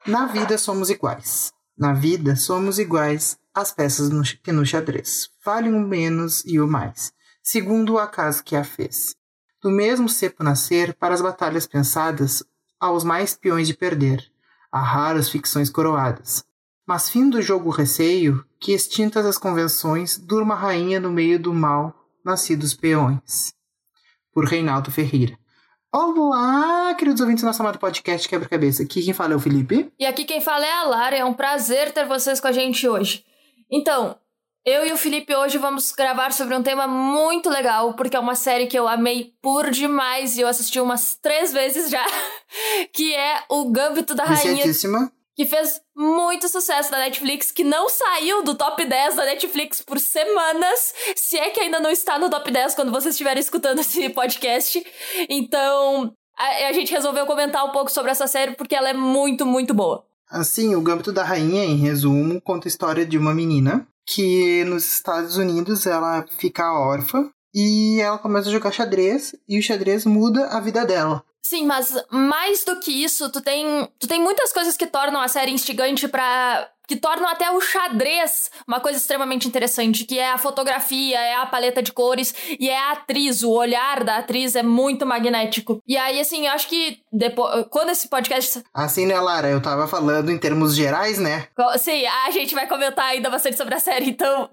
Na vida somos iguais. Na vida somos iguais às peças que no xadrez. Vale o menos e o mais, segundo o acaso que a fez. Do mesmo cepo nascer, para as batalhas pensadas, aos mais peões de perder, há raras ficções coroadas. Mas fim do jogo receio, que extintas as convenções, durma a rainha no meio do mal, nascidos peões. Por Reinaldo Ferreira. Olá, queridos ouvintes do nosso amado podcast Quebra-Cabeça. Aqui quem fala é o Felipe. E aqui quem fala é a Lara. É um prazer ter vocês com a gente hoje. Então, eu e o Felipe hoje vamos gravar sobre um tema muito legal, porque é uma série que eu amei por demais e eu assisti umas 3 vezes já, que é o Gambito da Rainha, que fez muito sucesso na Netflix, que não saiu do top 10 da Netflix por semanas, se é que ainda não está no top 10 quando vocês estiverem escutando esse podcast. Então, a gente resolveu comentar um pouco sobre essa série, porque ela é muito, muito boa. Assim, o Gambito da Rainha, em resumo, conta a história de uma menina que nos Estados Unidos ela fica órfã e ela começa a jogar xadrez e o xadrez muda a vida dela. Sim, mas mais do que isso, tu tem muitas coisas que tornam a série instigante que tornam até o xadrez uma coisa extremamente interessante, que é a fotografia, é a paleta de cores e é a atriz, o olhar da atriz é muito magnético. E aí, assim, eu acho que depois, quando esse podcast... Assim, né, Lara? Eu tava falando em termos gerais, né? Sim, a gente vai comentar ainda bastante sobre a série, então...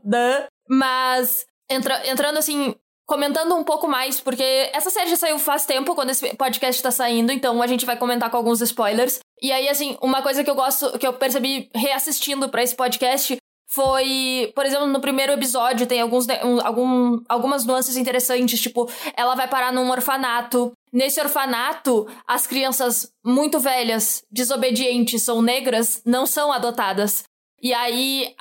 Mas, entrando assim... Comentando um pouco mais, porque essa série já saiu faz tempo, quando esse podcast tá saindo, então a gente vai comentar com alguns spoilers. E aí, assim, uma coisa que eu percebi reassistindo pra esse podcast foi, por exemplo, no primeiro episódio tem algumas nuances interessantes, tipo, ela vai parar num orfanato. Nesse orfanato, as crianças muito velhas, desobedientes ou negras, não são adotadas. E aí,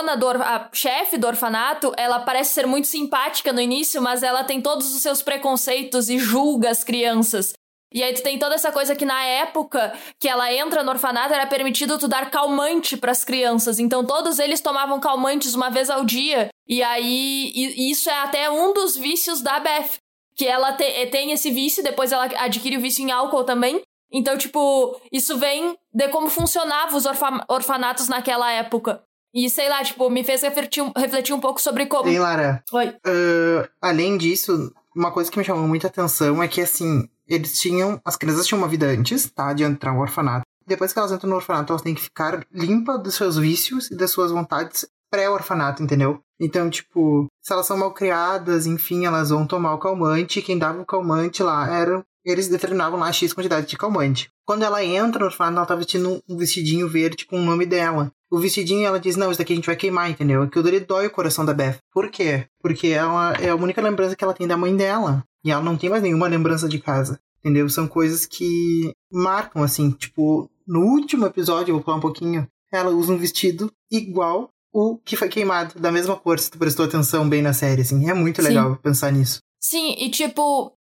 a chefe do orfanato, ela parece ser muito simpática no início, mas ela tem todos os seus preconceitos e julga as crianças. E aí tu tem toda essa coisa que na época que ela entra no orfanato, era permitido tu dar calmante pras crianças. Então todos eles tomavam calmantes uma vez ao dia. E aí, isso é até um dos vícios da Beth. Que ela tem esse vício, depois ela adquire o vício em álcool também. Então, tipo, isso vem de como funcionavam os orfanatos naquela época. E, sei lá, tipo, me fez refletir um pouco sobre como... Ei, Lara. Oi. Além disso, uma coisa que me chamou muita atenção é que, assim, as crianças tinham uma vida antes, tá? De entrar no orfanato. Depois que elas entram no orfanato, elas têm que ficar limpas dos seus vícios e das suas vontades pré-orfanato, entendeu? Então, tipo, se elas são mal criadas, enfim, elas vão tomar o calmante. Quem dava o calmante lá eles determinavam lá X quantidade de calmante. Quando ela entra no orfanato, ela tá vestindo um vestidinho verde com o nome dela. O vestidinho, ela diz, não, isso daqui a gente vai queimar, entendeu? Aquilo dele dói o coração da Beth. Por quê? Porque ela é a única lembrança que ela tem da mãe dela. E ela não tem mais nenhuma lembrança de casa, entendeu? São coisas que marcam, assim, tipo, no último episódio, eu vou falar um pouquinho, ela usa um vestido igual o que foi queimado, da mesma cor, se tu prestou atenção bem na série, assim. É muito legal pensar nisso. Sim, e tipo...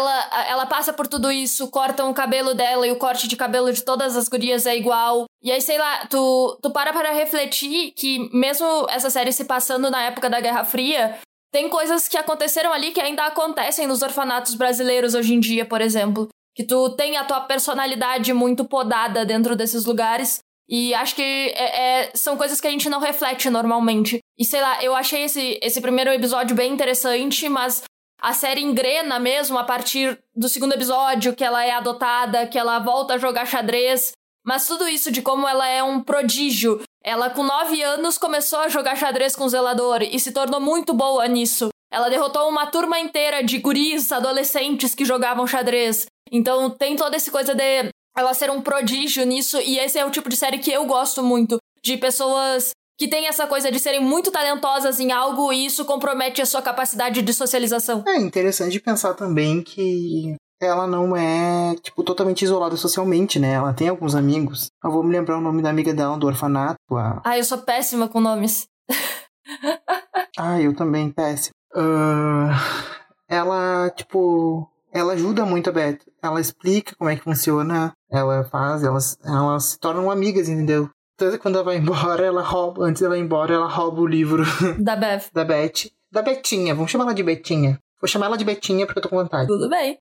Ela passa por tudo isso, cortam o cabelo dela e o corte de cabelo de todas as gurias é igual. E aí, sei lá, tu para refletir que mesmo essa série se passando na época da Guerra Fria, tem coisas que aconteceram ali que ainda acontecem nos orfanatos brasileiros hoje em dia, por exemplo. Que tu tem a tua personalidade muito podada dentro desses lugares. E acho que são coisas que a gente não reflete normalmente. E sei lá, eu achei esse primeiro episódio bem interessante, mas... A série engrena mesmo a partir do segundo episódio, que ela é adotada, que ela volta a jogar xadrez. Mas tudo isso de como ela é um prodígio. Ela, com 9 anos, começou a jogar xadrez com o zelador e se tornou muito boa nisso. Ela derrotou uma turma inteira de guris, adolescentes que jogavam xadrez. Então tem toda essa coisa de ela ser um prodígio nisso. E esse é o tipo de série que eu gosto muito. De pessoas... que tem essa coisa de serem muito talentosas em algo e isso compromete a sua capacidade de socialização. É interessante pensar também que ela não é, tipo, totalmente isolada socialmente, né? Ela tem alguns amigos. Eu vou me lembrar o nome da amiga dela do orfanato. Eu sou péssima com nomes. Eu também, péssima. Ela, tipo... Ela ajuda muito a Beth. Ela explica como é que funciona. Elas se tornam amigas, entendeu? Tanto que quando ela vai embora, antes dela ir embora, ela rouba o livro da Beth. Da Betinha, vamos chamar ela de Betinha. Vou chamar ela de Betinha porque eu tô com vontade. Tudo bem.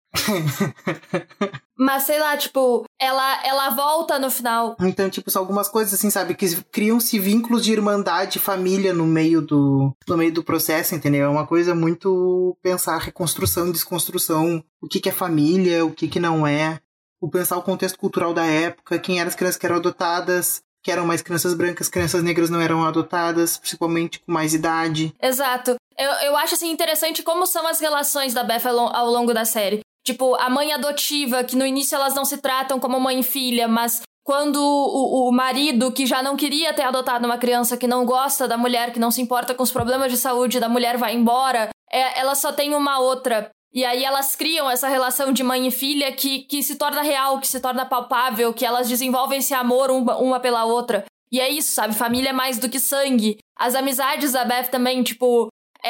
Mas, sei lá, tipo, ela volta no final. Então, tipo, são algumas coisas assim, sabe? Que criam-se vínculos de irmandade e família no meio do processo, entendeu? É uma coisa muito pensar reconstrução e desconstrução. O que é família, o que não é. O pensar o contexto cultural da época, quem eram as crianças que eram adotadas, que eram mais crianças brancas, crianças negras não eram adotadas, principalmente com mais idade. Exato. Eu acho, assim, interessante como são as relações da Beth ao longo da série. Tipo, a mãe adotiva, que no início elas não se tratam como mãe e filha, mas quando o marido, que já não queria ter adotado uma criança, que não gosta da mulher, que não se importa com os problemas de saúde da mulher, vai embora, ela só tem uma outra. E aí elas criam essa relação de mãe e filha que se torna real, que se torna palpável, que elas desenvolvem esse amor uma pela outra. E é isso, sabe? Família é mais do que sangue. As amizades da Beth também, tipo...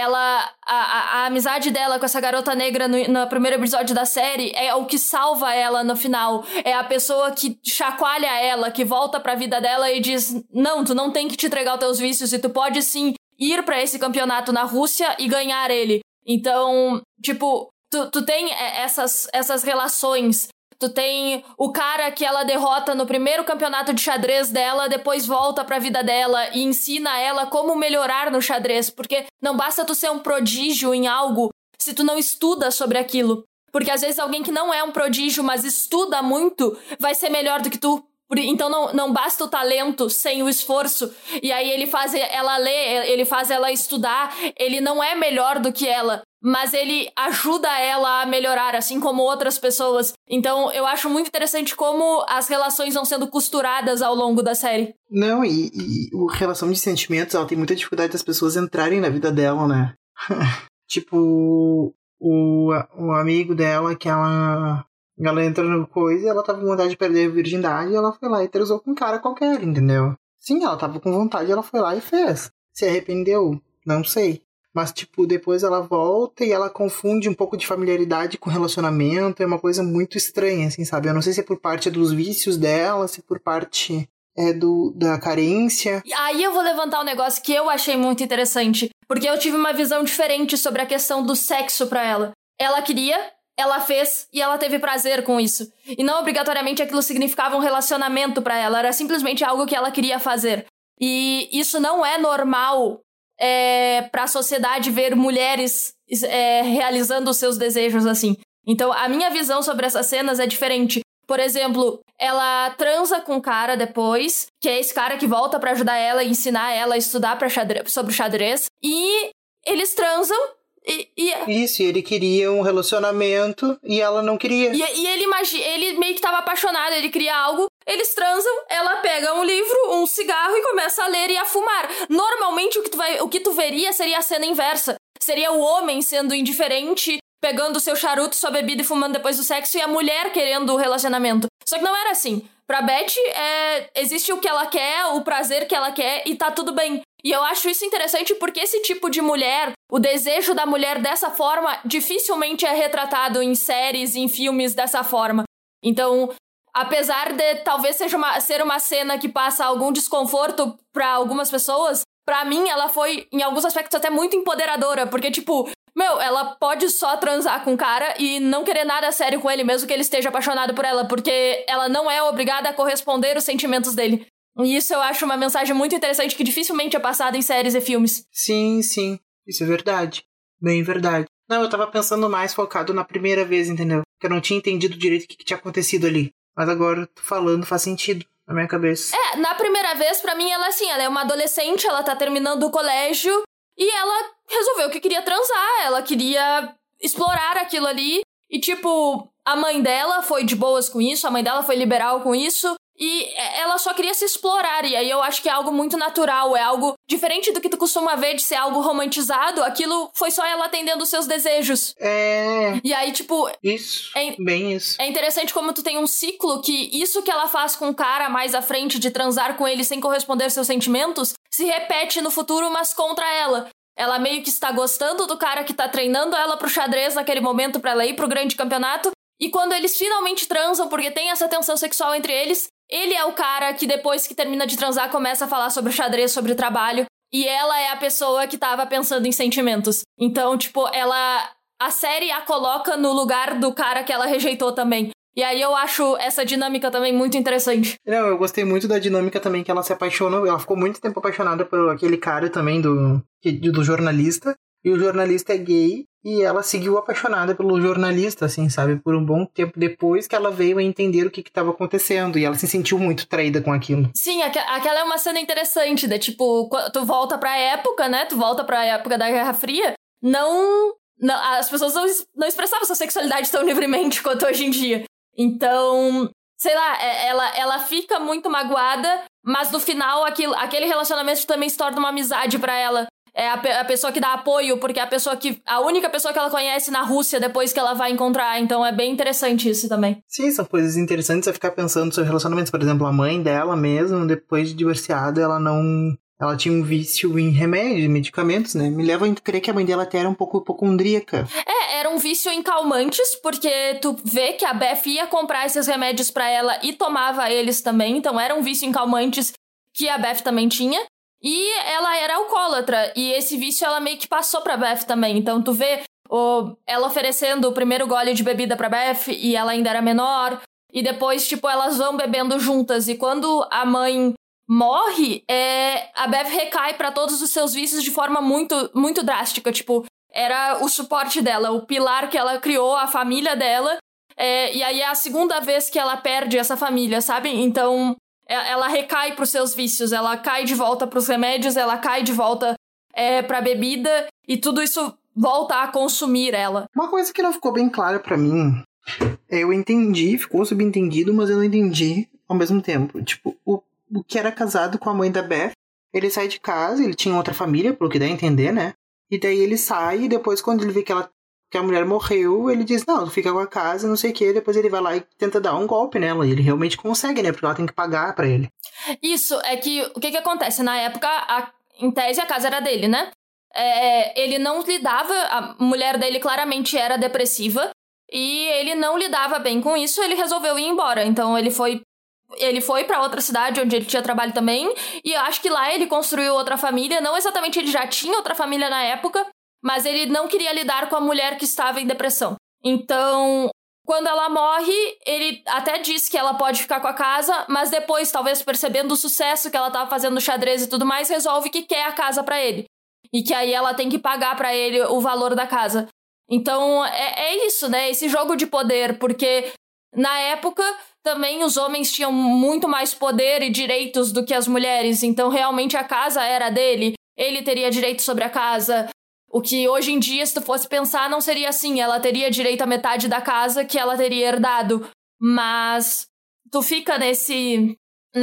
A amizade dela com essa garota negra no primeiro episódio da série é o que salva ela no final. É a pessoa que chacoalha ela, que volta pra vida dela e diz: não, tu não tem que te entregar os teus vícios e tu pode sim ir pra esse campeonato na Rússia e ganhar ele. Então, tipo, tu tem essas relações. Tu tem o cara que ela derrota no primeiro campeonato de xadrez dela, depois volta pra vida dela e ensina ela como melhorar no xadrez. Porque não basta tu ser um prodígio em algo se tu não estuda sobre aquilo. Porque às vezes alguém que não é um prodígio, mas estuda muito, vai ser melhor do que tu. Então não basta o talento sem o esforço. E aí ele faz ela ler, ele faz ela estudar. Ele não é melhor do que ela, mas ele ajuda ela a melhorar, assim como outras pessoas. Então, eu acho muito interessante como as relações vão sendo costuradas ao longo da série. Não, e a relação de sentimentos, ela tem muita dificuldade das pessoas entrarem na vida dela, né? Tipo, o amigo dela, que ela entra no coisa e ela tava com vontade de perder a virgindade e ela foi lá e transou com um cara qualquer, entendeu? Sim, ela tava com vontade, ela foi lá e fez. Se arrependeu? Não sei. Mas, tipo, depois ela volta e ela confunde um pouco de familiaridade com relacionamento. É uma coisa muito estranha, assim, sabe? Eu não sei se é por parte dos vícios dela, se é por parte da carência. E aí eu vou levantar um negócio que eu achei muito interessante. Porque eu tive uma visão diferente sobre a questão do sexo pra ela. Ela queria, ela fez e ela teve prazer com isso. E não obrigatoriamente aquilo significava um relacionamento pra ela. Era simplesmente algo que ela queria fazer. E isso não é normal pra sociedade ver mulheres realizando os seus desejos assim. Então, a minha visão sobre essas cenas é diferente. Por exemplo, ela transa com um cara depois, que é esse cara que volta pra ajudar ela e ensinar ela a estudar sobre xadrez. E eles transam Isso, e ele queria um relacionamento e ela não queria. E ele meio que tava apaixonado, ele queria algo, eles transam, ela pega um livro, um cigarro e começa a ler e a fumar. Normalmente o que tu veria seria a cena inversa. Seria o homem sendo indiferente, pegando o seu charuto, sua bebida e fumando depois do sexo, e a mulher querendo o relacionamento. Só que não era assim. Pra Beth, existe o que ela quer, o prazer que ela quer, e tá tudo bem. E eu acho isso interessante porque esse tipo de mulher, o desejo da mulher dessa forma, dificilmente é retratado em séries, em filmes dessa forma. Então, apesar de talvez ser uma cena que passa algum desconforto pra algumas pessoas, pra mim ela foi, em alguns aspectos, até muito empoderadora. Porque, tipo, ela pode só transar com o cara e não querer nada sério com ele, mesmo que ele esteja apaixonado por ela, porque ela não é obrigada a corresponder aos sentimentos dele. E isso eu acho uma mensagem muito interessante que dificilmente é passada em séries e filmes. Sim, sim. Isso é verdade. Bem verdade. Não, eu tava pensando mais focado na primeira vez, entendeu? Que eu não tinha entendido direito o que tinha acontecido ali. Mas agora, falando, faz sentido na minha cabeça. Na primeira vez, pra mim, ela é uma adolescente, ela tá terminando o colégio e ela resolveu que queria transar, ela queria explorar aquilo ali. E, tipo, a mãe dela foi de boas com isso, a mãe dela foi liberal com isso. E ela só queria se explorar, e aí eu acho que é algo muito natural, é algo diferente do que tu costuma ver de ser algo romantizado, aquilo foi só ela atendendo os seus desejos. E aí, tipo... Isso, bem isso. É interessante como tu tem um ciclo que isso que ela faz com o cara mais à frente de transar com ele sem corresponder aos seus sentimentos, se repete no futuro, mas contra ela. Ela meio que está gostando do cara que tá treinando ela pro xadrez naquele momento pra ela ir pro grande campeonato, e quando eles finalmente transam, porque tem essa tensão sexual entre eles, ele é o cara que depois que termina de transar começa a falar sobre xadrez, sobre trabalho. E ela é a pessoa que tava pensando em sentimentos. Então, tipo, ela a série a coloca no lugar do cara que ela rejeitou também. E aí eu acho essa dinâmica também muito interessante. Não, eu gostei muito da dinâmica também que ela se apaixonou. Ela ficou muito tempo apaixonada por aquele cara também do jornalista. E o jornalista é gay. E ela seguiu apaixonada pelo jornalista, assim, sabe? Por um bom tempo depois que ela veio a entender o que estava acontecendo. E ela se sentiu muito traída com aquilo. Sim, aquela é uma cena interessante, né? Tipo, tu volta pra época, né? Tu volta pra época da Guerra Fria. Não, as pessoas não expressavam sua sexualidade tão livremente quanto hoje em dia. Então, sei lá, ela fica muito magoada, mas no final aquele relacionamento também se torna uma amizade pra ela. É a pessoa que dá apoio, porque é a única pessoa que ela conhece na Rússia depois que ela vai encontrar. Então é bem interessante isso também. Sim, são coisas interessantes a ficar pensando sobre relacionamentos. Por exemplo, a mãe dela mesmo, depois de divorciada, ela tinha um vício em remédios, medicamentos, né? Me leva a crer que a mãe dela até era um pouco hipocondríaca. Era um vício em calmantes, porque tu vê que a Beth ia comprar esses remédios pra ela e tomava eles também. Então era um vício em calmantes que a Beth também tinha. E ela era alcoólatra, e esse vício ela meio que passou pra Beth também. Então tu vê ela oferecendo o primeiro gole de bebida pra Beth, e ela ainda era menor. E depois, tipo, elas vão bebendo juntas. E quando a mãe morre, a Beth recai pra todos os seus vícios de forma muito, muito drástica. Tipo, era o suporte dela, o pilar que ela criou, a família dela. E aí é a segunda vez que ela perde essa família, sabe? Então ela recai pros seus vícios, ela cai de volta pros remédios, ela cai de volta pra bebida, e tudo isso volta a consumir ela. Uma coisa que não ficou bem clara pra mim, eu entendi, ficou subentendido, mas eu não entendi ao mesmo tempo. Tipo, o que era casado com a mãe da Beth, ele sai de casa, ele tinha outra família, pelo que dá a entender, né? E daí ele sai, e depois quando ele vê que a mulher morreu, ele diz, não, fica com a casa, não sei o que, depois ele vai lá e tenta dar um golpe nela, e ele realmente consegue, né, porque ela tem que pagar pra ele. Isso, é que, o que acontece? Na época, em tese, a casa era dele, né? Ele não lidava, a mulher dele claramente era depressiva, e ele não lidava bem com isso, ele resolveu ir embora, então ele foi pra outra cidade onde ele tinha trabalho também, e eu acho que lá ele construiu outra família, não exatamente ele já tinha outra família na época, mas ele não queria lidar com a mulher que estava em depressão. Então, quando ela morre, ele até diz que ela pode ficar com a casa, mas depois, talvez percebendo o sucesso que ela estava fazendo no xadrez e tudo mais, resolve que quer a casa pra ele. E que aí ela tem que pagar pra ele o valor da casa. Então, é isso, né? Esse jogo de poder, porque na época também os homens tinham muito mais poder e direitos do que as mulheres. Então, realmente, a casa era dele. Ele teria direito sobre a casa. O que hoje em dia, se tu fosse pensar, não seria assim. Ela teria direito à metade da casa que ela teria herdado. Mas tu fica nesse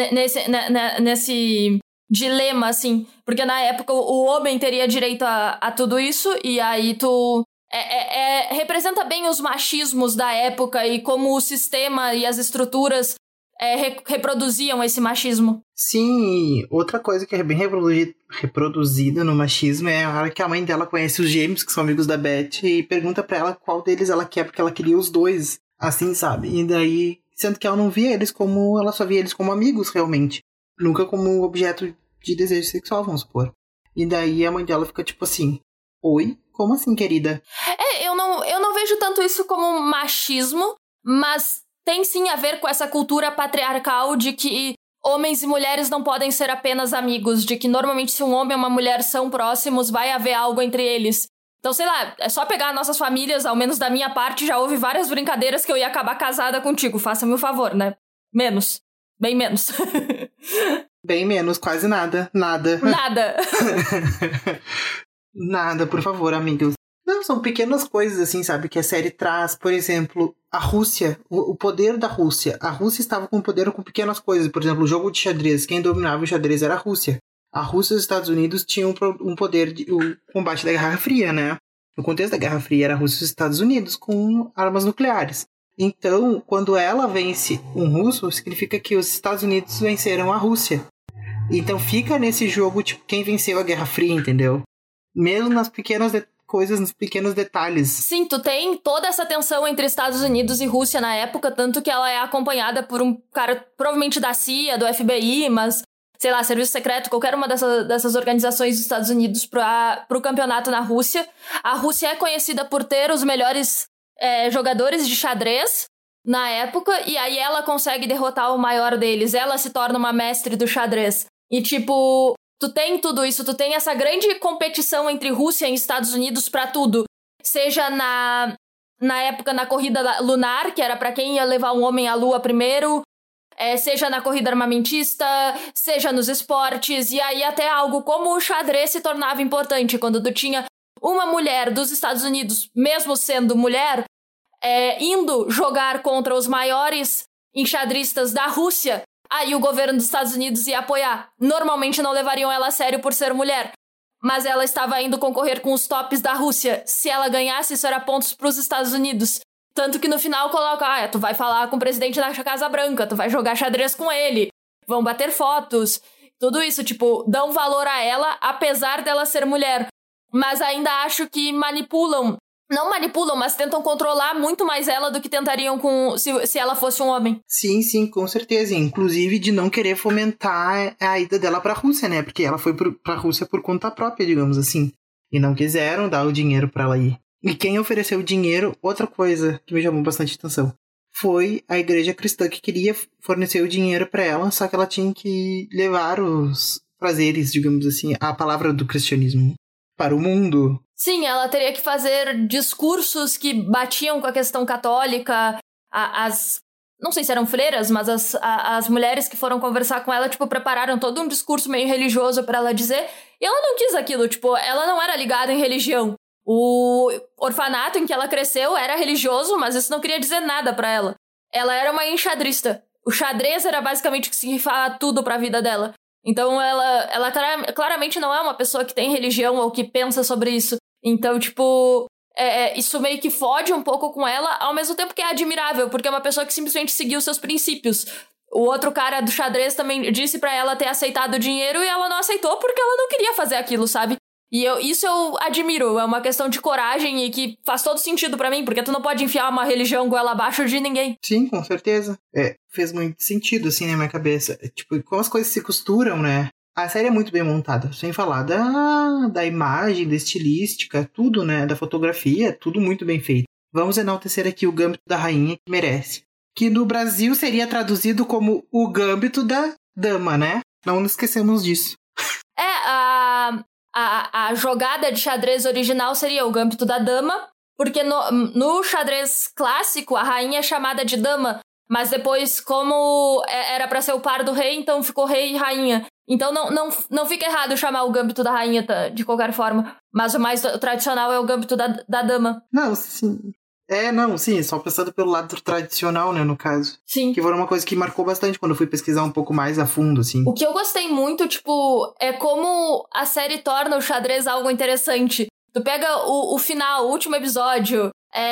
dilema, assim. Porque na época o homem teria direito a tudo isso. E aí tu... representa bem os machismos da época e como o sistema e as estruturas reproduziam esse machismo. Sim, outra coisa que é bem reproduzida no machismo é a hora que a mãe dela conhece os gêmeos, que são amigos da Beth, e pergunta pra ela qual deles ela quer, porque ela queria os dois, assim, sabe? E daí, sendo que ela não via eles como... Ela só via eles como amigos, realmente. Nunca como objeto de desejo sexual, vamos supor. E daí a mãe dela fica tipo assim, oi? Como assim, querida? Eu não vejo tanto isso como machismo, mas tem sim a ver com essa cultura patriarcal de que homens e mulheres não podem ser apenas amigos, de que normalmente se um homem e uma mulher são próximos, vai haver algo entre eles. Então, sei lá, é só pegar nossas famílias, ao menos da minha parte, já houve várias brincadeiras que eu ia acabar casada contigo, faça-me o favor, né? Menos. Bem menos. Bem menos, quase nada. Nada. Nada, por favor, amigos. Não, são pequenas coisas, assim, sabe, que a série traz. Por exemplo, a Rússia, o poder da Rússia. A Rússia estava com poder com pequenas coisas. Por exemplo, o jogo de xadrez. Quem dominava o xadrez era a Rússia. A Rússia e os Estados Unidos tinham um poder o combate da Guerra Fria, né? No contexto da Guerra Fria, era a Rússia e os Estados Unidos com armas nucleares. Então, quando ela vence um russo, significa que os Estados Unidos venceram a Rússia. Então fica nesse jogo, tipo, quem venceu a Guerra Fria, entendeu? Mesmo nas pequenas coisas, nos pequenos detalhes. Sim, tu tem toda essa tensão entre Estados Unidos e Rússia na época, tanto que ela é acompanhada por um cara, provavelmente da CIA, do FBI, mas sei lá, serviço secreto, qualquer uma dessas organizações dos Estados Unidos pro campeonato na Rússia. A Rússia é conhecida por ter os melhores jogadores de xadrez na época, e aí ela consegue derrotar o maior deles. Ela se torna uma mestre do xadrez. E, tipo, tu tem tudo isso, tu tem essa grande competição entre Rússia e Estados Unidos pra tudo. Seja na época na corrida lunar, que era pra quem ia levar um homem à lua primeiro, seja na corrida armamentista, seja nos esportes, e aí até algo como o xadrez se tornava importante, quando tu tinha uma mulher dos Estados Unidos, mesmo sendo mulher, indo jogar contra os maiores enxadristas da Rússia, aí o governo dos Estados Unidos ia apoiar. Normalmente não levariam ela a sério por ser mulher, mas ela estava indo concorrer com os tops da Rússia. Se ela ganhasse, isso era pontos para os Estados Unidos. Tanto que no final coloca, tu vai falar com o presidente da Casa Branca, tu vai jogar xadrez com ele, vão bater fotos, tudo isso, tipo, dão valor a ela, apesar dela ser mulher. Mas ainda acho que não manipulam, mas tentam controlar muito mais ela do que tentariam se ela fosse um homem. Sim, com certeza. Inclusive de não querer fomentar a ida dela pra Rússia, né? Porque ela foi pra Rússia por conta própria, digamos assim. E não quiseram dar o dinheiro pra ela ir. E quem ofereceu o dinheiro, outra coisa que me chamou bastante atenção, foi a igreja cristã que queria fornecer o dinheiro pra ela, só que ela tinha que levar os prazeres, digamos assim, a palavra do cristianismo para o mundo. Sim, ela teria que fazer discursos que batiam com a questão católica. Não sei se eram freiras, mas as mulheres que foram conversar com ela, tipo, prepararam todo um discurso meio religioso pra ela dizer. E ela não quis aquilo, tipo, ela não era ligada em religião. O orfanato em que ela cresceu era religioso, mas isso não queria dizer nada pra ela. Ela era uma enxadrista. O xadrez era basicamente o que significava tudo pra vida dela. Então ela claramente não é uma pessoa que tem religião ou que pensa sobre isso. Então, tipo, isso meio que fode um pouco com ela, ao mesmo tempo que é admirável, porque é uma pessoa que simplesmente seguiu seus princípios. O outro cara do xadrez também disse pra ela ter aceitado o dinheiro e ela não aceitou porque ela não queria fazer aquilo, sabe? E isso eu admiro, é uma questão de coragem e que faz todo sentido pra mim, porque tu não pode enfiar uma religião goela abaixo de ninguém. Sim, com certeza. Fez muito sentido, assim, na minha cabeça. Tipo, como as coisas se costuram, né? A série é muito bem montada, sem falar da imagem, da estilística, tudo, né? Da fotografia, tudo muito bem feito. Vamos enaltecer aqui o Gambito da Rainha, que merece. Que no Brasil seria traduzido como o Gambito da Dama, né? Não nos esquecemos disso. A jogada de xadrez original seria o Gambito da Dama, porque no xadrez clássico a rainha é chamada de dama, mas depois, como era pra ser o par do rei, então ficou rei e rainha. Então não fica errado chamar o Gambito da Rainha de qualquer forma, mas o mais tradicional é o Gambito da Dama. Não, sim. Sim, só pensando pelo lado tradicional, né, no caso. Sim. Que foi uma coisa que marcou bastante quando eu fui pesquisar um pouco mais a fundo, assim. O que eu gostei muito, tipo, é como a série torna o xadrez algo interessante. Tu pega o final, o último episódio,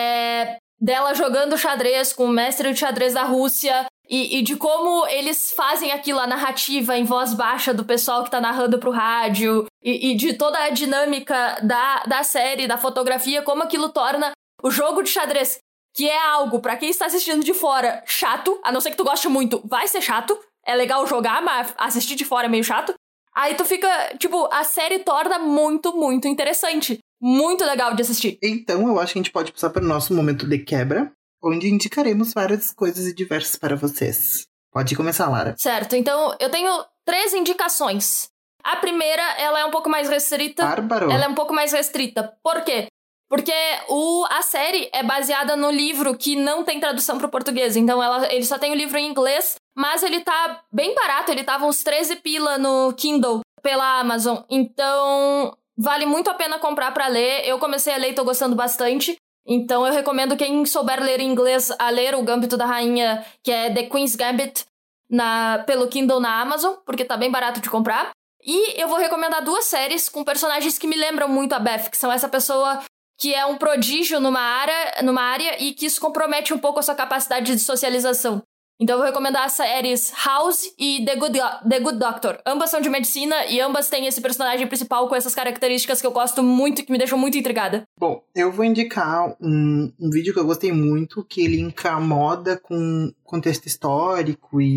dela jogando xadrez com o mestre de xadrez da Rússia, e de como eles fazem aquilo, a narrativa em voz baixa do pessoal que tá narrando pro rádio, e de toda a dinâmica da série, da fotografia, como aquilo torna o jogo de xadrez, que é algo, pra quem está assistindo de fora, chato, a não ser que tu goste muito, vai ser chato, é legal jogar, mas assistir de fora é meio chato. Aí tu fica, tipo, a série torna muito, muito interessante. Muito legal de assistir. Então, eu acho que a gente pode passar para o nosso momento de quebra, onde indicaremos várias coisas diversas para vocês. Pode começar, Lara. Certo, então eu tenho 3 indicações. A primeira, ela é um pouco mais restrita. Bárbaro. Ela é um pouco mais restrita. Por quê? Porque a série é baseada no livro que não tem tradução para o português. Então ele só tem o livro em inglês, mas ele tá bem barato. Ele tava uns 13 pila no Kindle pela Amazon. Então vale muito a pena comprar para ler. Eu comecei a ler e tô gostando bastante. Então eu recomendo quem souber ler em inglês a ler o Gambito da Rainha, que é The Queen's Gambit, pelo Kindle na Amazon, porque tá bem barato de comprar. E eu vou recomendar 2 séries com personagens que me lembram muito a Beth, que são essa pessoa que é um prodígio numa área e que isso compromete um pouco a sua capacidade de socialização. Então eu vou recomendar as séries House e The Good Doctor. Ambas são de medicina e ambas têm esse personagem principal com essas características que eu gosto muito e que me deixam muito intrigada. Bom, eu vou indicar um vídeo que eu gostei muito, que ele linka a moda com contexto histórico e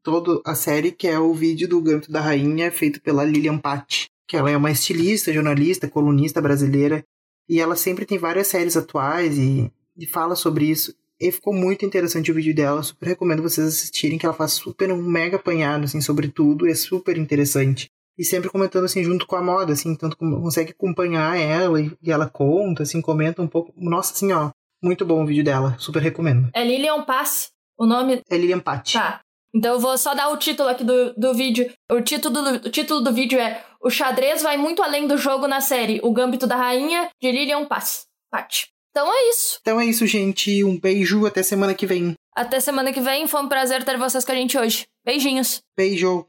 toda a série, que é o vídeo do Gambito da Rainha, feito pela Lilian Patti, que ela é uma estilista, jornalista, colunista brasileira, e ela sempre tem várias séries atuais e fala sobre isso. E ficou muito interessante o vídeo dela, super recomendo vocês assistirem, que ela faz super um mega apanhado, assim, sobre tudo, é super interessante. E sempre comentando, assim, junto com a moda, assim, tanto consegue acompanhar ela e ela conta, assim, comenta um pouco. Nossa, assim, ó, muito bom o vídeo dela, super recomendo. É Lilian Patti, o nome? É Lilian Patti. Tá. Então eu vou só dar o título aqui do vídeo. O título do vídeo é O xadrez vai muito além do jogo na série O Gambito da Rainha, de Lilian Patti. Então é isso. Então é isso, gente. Um beijo, até semana que vem. Até semana que vem. Foi um prazer ter vocês com a gente hoje. Beijinhos. Beijo.